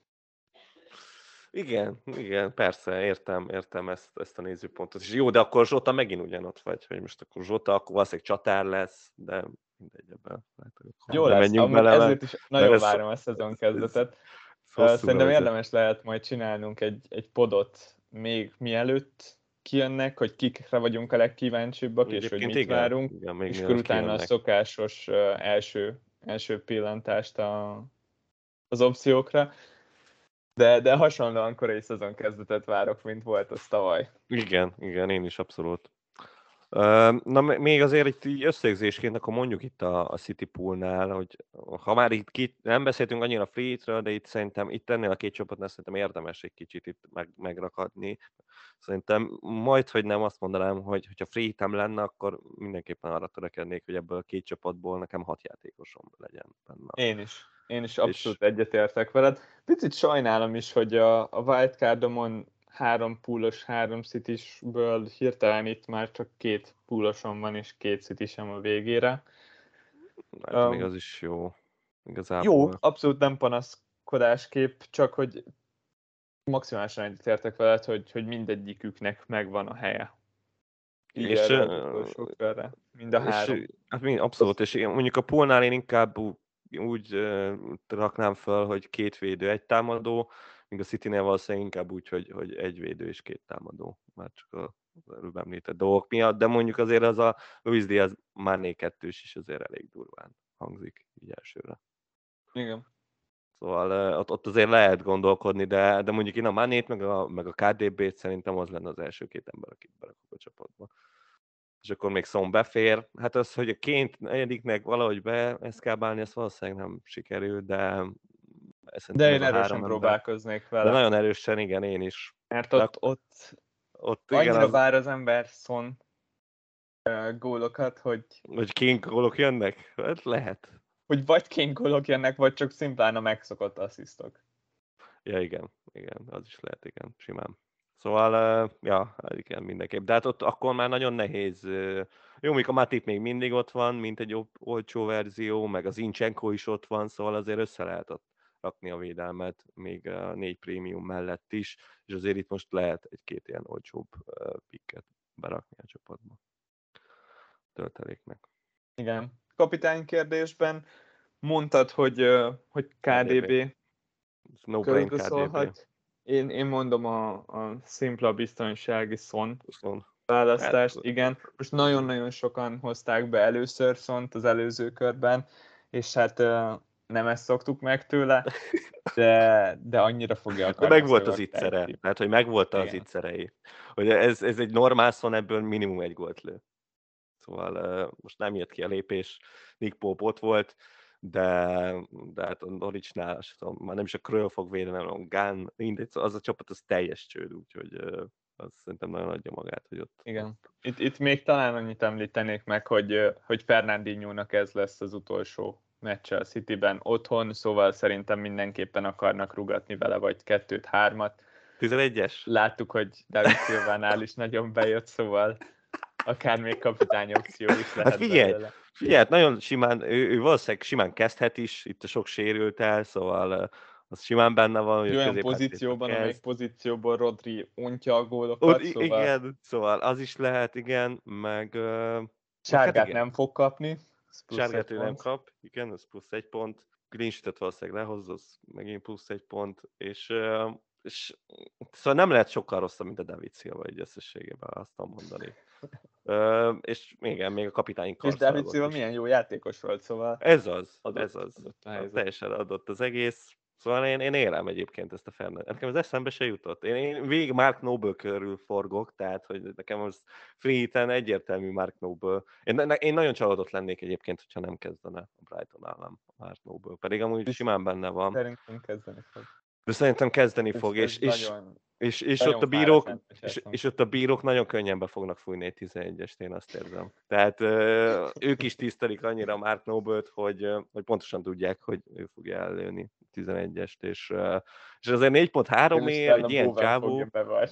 Igen, persze, értem ezt a nézőpontot. És jó, de akkor Zsota megint ugyanott vagy, hogy most akkor Zsota, akkor valószínűleg csatár lesz, de mindegy ebben. jó Nem lesz, menjünk amúgy bele, ezért is mert nagyon várom a szezon ez kezdetet. hosszú Szerintem levezet. érdemes lehet majd csinálnunk egy podot még mielőtt kijönnek, hogy kikre vagyunk a legkíváncsibbak, és hogy Egyébként mit várunk, igen, még és akkor mielőtt utána a kijönnek. szokásos első pillantást az opciókra. De hasonlóan korai szezon kezdetet várok, mint volt az tavaly. Igen, én is abszolút. Na, még azért itt így összegzésként, akkor mondjuk itt a City Poolnál, hogy ha már itt nem beszéltünk annyira free-ről, de itt szerintem itt ennél a két csapatnál szerintem érdemes egy kicsit itt megrakadni. Szerintem majd, hogy nem azt mondanám, hogy ha free hitem lenne, akkor mindenképpen arra törekednék, hogy ebből a két csapatból nekem 6 játékosom legyen benne. Én is És abszolút egyetértek veled. Picit sajnálom is, hogy a wildcardomon 3 poolos, 3 citysből hirtelen itt már csak 2 poolosom van, és 2 citysem a végére. hát még az is jó, Jó, igazából. abszolút nem panaszkodáskép, csak hogy maximálisan egyetértek veled, hogy mindegyiküknek megvan a helye. Így És, erre az utolsó körre. Mind a és 3. hát abszolút, és mondjuk a poolnál én inkább úgy raknám fel, hogy 2 védő, 1 támadó, míg a Citynél valószínűleg inkább úgy, hogy 1 védő és 2 támadó, már csak az előbb említett dolgok miatt, de mondjuk azért az a Luis Diaz Mané 2-s is azért elég durván hangzik így elsőre. Igen. Szóval ott azért lehet gondolkodni, de mondjuk én a Manét, meg a KDB-t szerintem az lenne az első 2 ember, akit berakok a csapatba. És akkor még Son befér. Hát az, hogy a ként negyediknek valahogy beeszkábálni, ez valószínűleg nem sikerül, de De szerintem ez én a erősen 3 ember. próbálkoznék De vele. nagyon erősen, igen, én is. Mert De ott ott igen, annyira az vár az ember Son gólokat, hogy... Vagy Kane gólok jönnek? Hát lehet. Hogy vagy Kane gólok jönnek, vagy csak szimplán a megszokott asszisztok. Ja, igen, az is lehet, igen, simán. Szóval, ja, igen, mindenképp. De hát ott akkor már nagyon nehéz. Jó, mondjuk a Matip még mindig ott van, mint egy olcsó verzió, meg az Zinchenko is ott van, szóval azért össze lehet ott rakni a védelmet, még a 4 prémium mellett is, és azért itt most lehet egy-két ilyen olcsóbb pikket berakni a csapatba. Tölteléknek. Igen. Kapitány kérdésben mondtad, hogy KDB. No brain KDB. Én mondom a szimpla biztonsági Son választást, igen. Most nagyon-nagyon sokan hozták be először Sont az előző körben, és hát nem ezt szoktuk meg tőle, de annyira fogja akarni. De megvolt az ittszere, tehát hogy megvolt az ittszerei. Hogy ez egy normál Son, ebből minimum egy gólt lő. Szóval most nem jött ki a lépés, Nick Pope ott volt, de hát a Norwichnál már nem is a Kröll fog védeni, hanem a Gunn, mindegy, az a csapat az teljes csőd, úgyhogy az szerintem nagyon adja magát, hogy ott... Igen. Itt még talán annyit említenék meg, hogy Fernandinho-nak ez lesz az utolsó meccse a Cityben otthon, szóval szerintem mindenképpen akarnak rugatni vele, vagy 2-3-at. 11-es? Láttuk, hogy David Silvánál is nagyon bejött, szóval akár még kapitány opció is lehet hát figyelj, nagyon simán, ő valószínűleg simán kezdhet is, itt a sok sérült el, szóval az simán benne van, hogy olyan pozícióban, amelyik pozícióból Rodri ontja a gólokat, szóval... Igen, szóval az is lehet, igen, meg... Sárgát hát igen. Nem fog kapni. Sárgát ő nem kap, igen, ez plusz 1 pont. Clean sheet-et valószínűleg lehoz, az megint plusz 1 pont, és szóval nem lehet sokkal rosszabb, mint a David Silva egy összességében, azt tudom mondani. És igen, még a kapitányi karszalagot. És David Silva milyen jó játékos volt, szóval... Ez az. Teljesen adott az egész. Szóval én élem egyébként ezt a Fernandet. Nekem az eszembe se jutott. Én végig Mark Noble körül forgok, tehát hogy nekem az free hiten egyértelmű Mark Noble. Én nagyon csalódott lennék egyébként, hogyha nem kezdene a Brighton állam Mark Noble. Pedig amúgy simán benne van. Szerintem kezdeni fog. De szerintem kezdeni fog, és ott a bírók nagyon könnyen be fognak fújni egy 11-est, én azt érzem. Tehát ők is tisztelik annyira Mark Noble-t, hogy pontosan tudják, hogy ő fogja ellőni 11-est, és azért 4.3 egy ilyen csávó...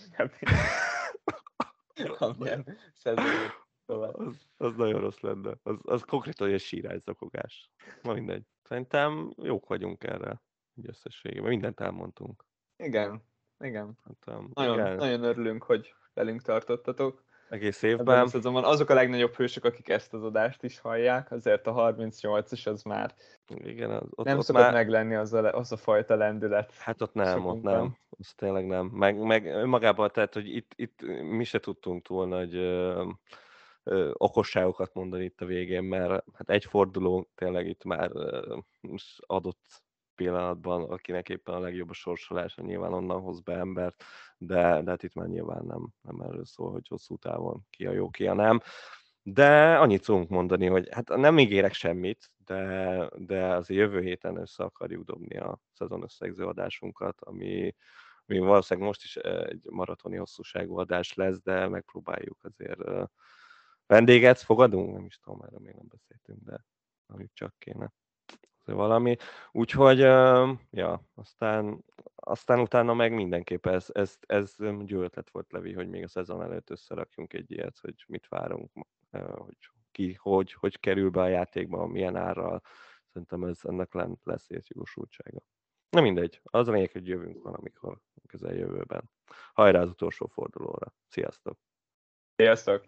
Az nagyon rossz lenne. Az konkrétan egy sírányzakogás. Na mindegy. Szerintem jók vagyunk erre. Összességében. Mindent elmondtunk. Igen. Hát, nagyon örülünk, hogy velünk tartottatok. Egész évben. Azok a legnagyobb hősök, akik ezt az adást is hallják, azért a 38-as az már igen, nem szokott meglenni az a fajta lendület. Hát ott nem. Az tényleg nem. Meg önmagában, tehát, hogy itt mi se tudtunk túl nagy okosságokat mondani itt a végén, mert hát egy forduló tényleg itt már adott pillanatban, akinek éppen a legjobb a sorsolása, nyilván onnan hoz be embert, de hát itt már nyilván nem erről szól, hogy hosszú távon ki a jó, ki a nem. De annyit tudunk mondani, hogy hát nem ígérek semmit, de azért jövő héten össze akarjuk dobni a szezon összegző adásunkat, ami valószínűleg most is egy maratoni hosszúságú adás lesz, de megpróbáljuk azért vendéget fogadunk, nem is tudom, erről még nem beszéltünk, de amíg csak kéne valami. Úgyhogy, ja, aztán utána meg mindenképp ez jó ötlet volt, Levi, hogy még a szezon előtt összerakjunk egy ilyet, hogy mit várunk, hogy ki, hogy kerül be a játékba, milyen árral. Szerintem ennek lesz jogosultsága. Na mindegy, az a lényeg, hogy jövünk valamikor közeljövőben. Hajrá az utolsó fordulóra. Sziasztok! Sziasztok!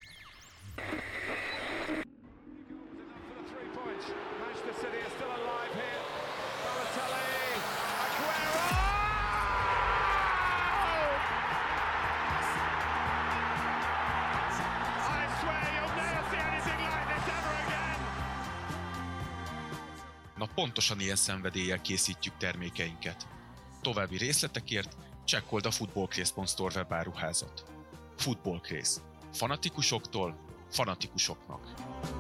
Na pontosan ilyen szenvedéllyel készítjük termékeinket. További részletekért csekkold a footballcraze.store webáruházat. Footballcraze. Fanatikusoktól fanatikusoknak.